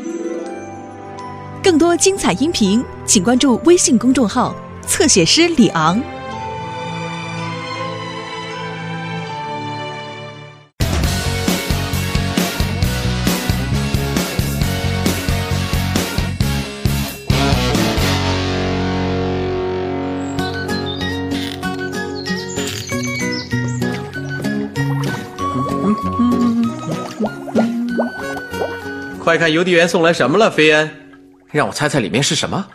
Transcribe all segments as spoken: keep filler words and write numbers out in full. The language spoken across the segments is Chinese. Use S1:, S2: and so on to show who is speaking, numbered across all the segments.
S1: 更多精彩音频，请关注微信公众号“侧写师李昂”。
S2: 快看邮递员送来什么了，菲恩，让我猜猜里面是什么。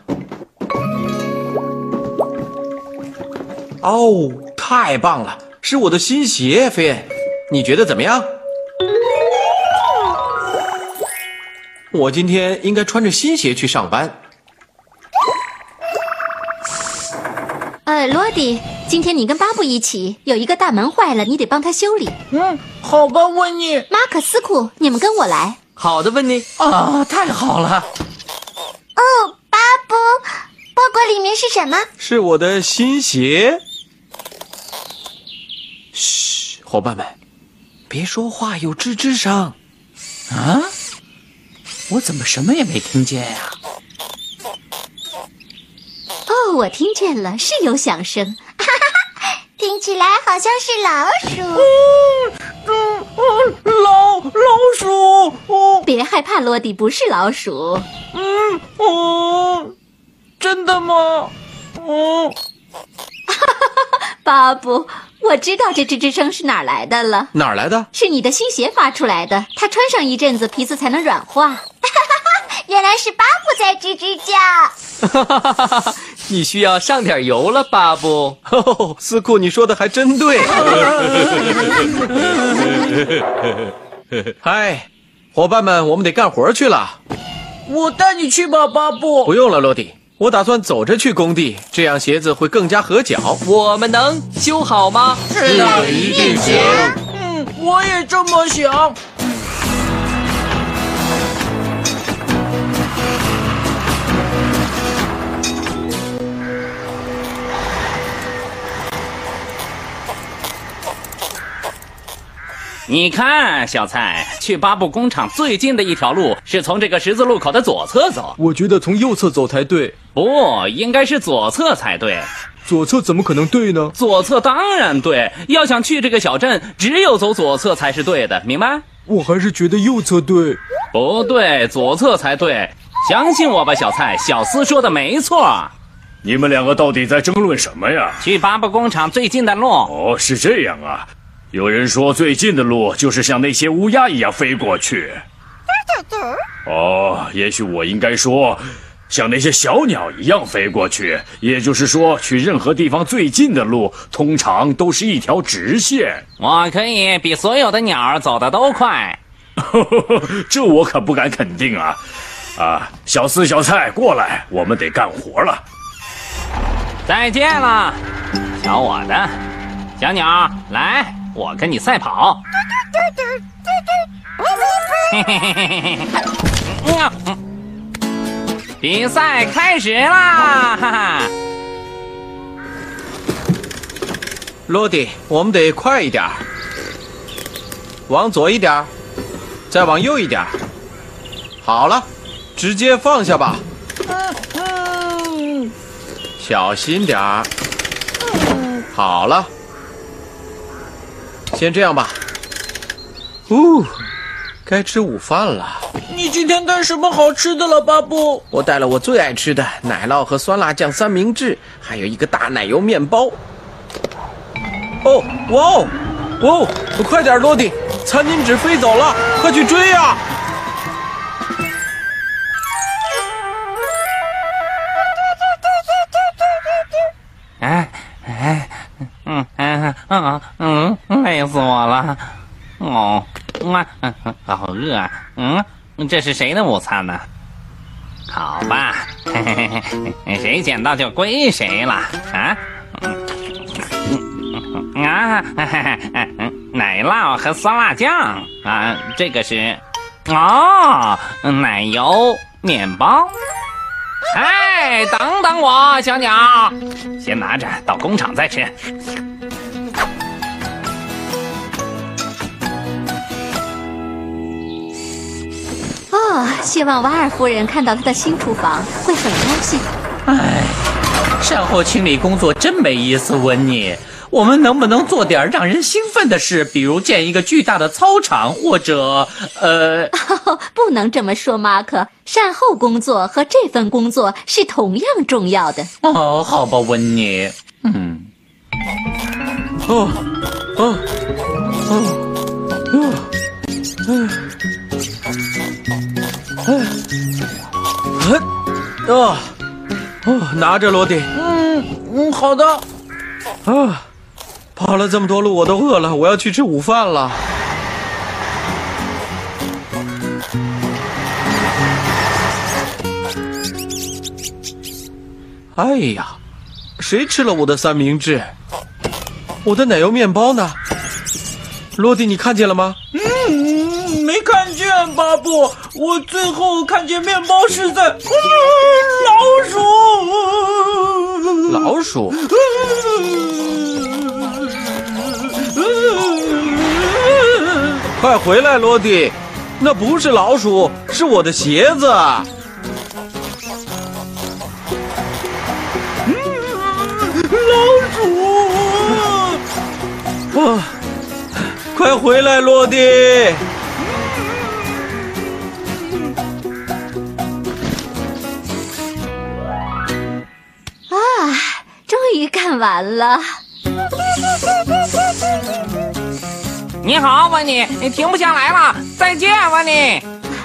S2: 哦，太棒了，是我的新鞋，菲恩，你觉得怎么样？我今天应该穿着新鞋去上班。
S3: 呃，罗迪，今天你跟巴布一起，有一个大门坏了，你得帮他修理。
S4: 嗯，好吧，温妮。
S3: 马可斯库，你们跟我来。
S5: 好的，温妮。
S4: 啊，太好了。
S6: 哦，巴布，包裹里面是什么？
S2: 是我的新鞋。嘘，伙伴们，别说话，有吱吱声。
S4: 啊？我怎么什么也没听见呀、啊？
S3: 哦，我听见了，是有响声。
S6: 哈哈哈，听起来好像是老鼠。
S4: 嗯嗯，老老鼠。哦，
S3: 别害怕，罗迪不是老鼠。
S4: 嗯哦，真的吗？哦，
S3: 巴布，我知道这吱吱声是哪儿来的了。
S2: 哪儿来的？
S3: 是你的新鞋发出来的，它穿上一阵子，皮子才能软化。
S6: 原来是巴布在吱吱叫。
S5: 你需要上点油了，巴布。
S2: 哦，斯库，你说的还真对。嗨，伙伴们，我们得干活去了。
S4: 我带你去吧，巴布。
S2: 不用了，罗迪，我打算走着去工地，这样鞋子会更加合脚。
S5: 我们能修好吗？
S4: 是的，一定行。嗯，我也这么想。
S7: 你看，小蔡，去巴布工厂最近的一条路是从这个十字路口的左侧走。
S8: 我觉得从右侧走才对。
S7: 不，应该是左侧才对。
S8: 左侧怎么可能对呢？
S7: 左侧当然对，要想去这个小镇，只有走左侧才是对的，明白？
S8: 我还是觉得右侧对。
S7: 不对，左侧才对。相信我吧，小蔡，小斯说的没错。
S9: 你们两个到底在争论什么呀？
S7: 去巴布工厂最近的路。
S9: 哦，是这样啊。有人说最近的路就是像那些乌鸦一样飞过去。哦，也许我应该说像那些小鸟一样飞过去，也就是说去任何地方最近的路通常都是一条直线。
S7: 我可以比所有的鸟走得都快。
S9: 这我可不敢肯定啊。啊，小四小蔡过来，我们得干活了。
S7: 再见了，瞧我的。小鸟来，我跟你赛跑。嘿嘿嘿嘿嘿，比赛开始啦！哈哈。
S2: 罗迪，我们得快一点，往左一点，再往右一点。好了，直接放下吧。小心点儿。好了。先这样吧。呜，该吃午饭了。
S4: 你今天干什么好吃的了，巴布？
S2: 我带了我最爱吃的奶酪和酸辣酱三明治，还有一个大奶油面包。哦，哇哦，哇哦，快点，罗迪，餐巾纸飞走了，快去追呀！
S7: 哎哎。嗯嗯嗯嗯，累死我了！哦，啊，好饿。嗯，这是谁的午餐呢？好吧，嘿嘿嘿嘿，谁捡到就归谁了啊！嗯啊，奶酪和酸辣酱啊，这个是哦，奶油面包。哎，等等我，小鸟，先拿着到工厂再吃。
S3: 哦，希望瓦尔夫人看到她的新厨房会很高兴。
S4: 唉，善后清理工作真没意思，温妮。我们能不能做点让人兴奋的事，比如建一个巨大的操场，或者呃、
S3: 哦，不能这么说，马可。善后工作和这份工作是同样重要的。
S4: 哦，好吧，温妮。嗯。
S2: 哦，哦，哦，哦，嗯，哎，哦，哦，拿着，罗迪。
S5: 嗯嗯，好的。
S2: 啊。跑了这么多路，我都饿了，我要去吃午饭了。哎呀，谁吃了我的三明治？我的奶油面包呢？罗迪，你看见了吗？
S5: 嗯，没看见，巴布。我最后看见面包是在、嗯、
S2: 老鼠。老鼠？快回来，罗迪！那不是老鼠，是我的鞋子。
S5: 嗯、老鼠！
S2: 啊！快回来，罗迪！
S3: 啊，终于干完了。
S7: 你好，温妮，你停不下来了。再见，温妮。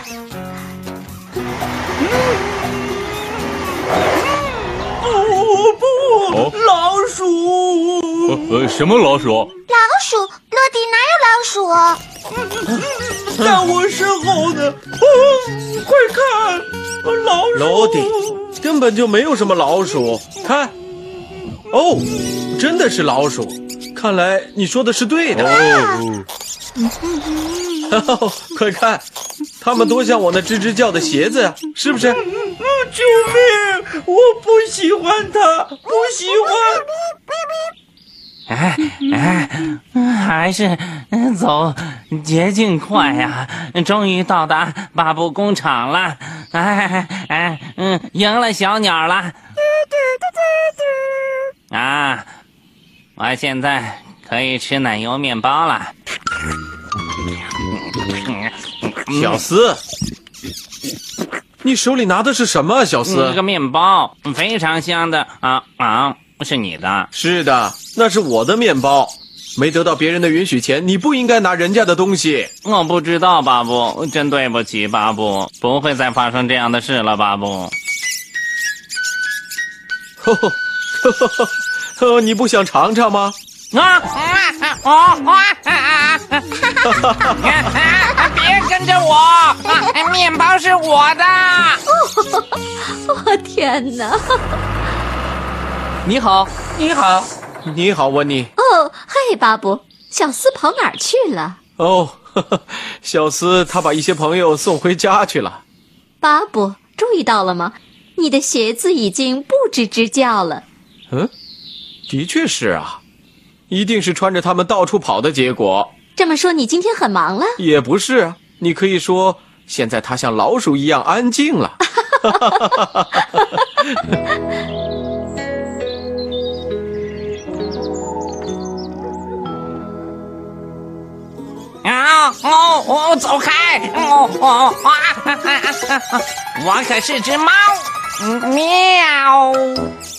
S5: 不不，哦、老鼠！
S9: 呃呃，什么老鼠？
S6: 老鼠，罗迪哪有老
S5: 鼠？在我身后呢！哦，快看，老鼠！
S2: 罗迪，根本就没有什么老鼠。看，哦，真的是老鼠。看来你说的是对的。哦，哦快看，它们多像我那吱吱叫的鞋子呀，是不是？
S5: 救命！我不喜欢它，不喜
S7: 欢。哎哎，还是走捷径快呀！终于到达巴布工厂了。哎哎嗯，赢了小鸟了。啊！我现在可以吃奶油面包了。
S2: 小斯，你手里拿的是什么？小斯，
S7: 这个面包非常香的啊啊！是你的？
S2: 是的，那是我的面包。没得到别人的允许前，你不应该拿人家的东西。
S7: 我不知道，巴布，真对不起，巴布，不会再发生这样的事了，巴布。
S2: 呵呵呵呵呵，你不想尝尝吗？
S7: 啊啊啊啊！别跟着我，面包是我的。
S3: 哦天哪！
S5: 你好，你好，
S2: 你好，温妮。
S3: 哦，嘿，巴布，小斯跑哪儿去了？
S2: 哦，呵呵小斯他把一些朋友送回家去了。
S3: 巴布，注意到了吗？你的鞋子已经不吱吱叫了。
S2: 嗯，的确是啊，一定是穿着它们到处跑的结果。
S3: 这么说，你今天很忙了？
S2: 也不是啊，你可以说现在它像老鼠一样安静了。
S7: 啊哦哦，走开！哦哦啊！我可是只猫，喵。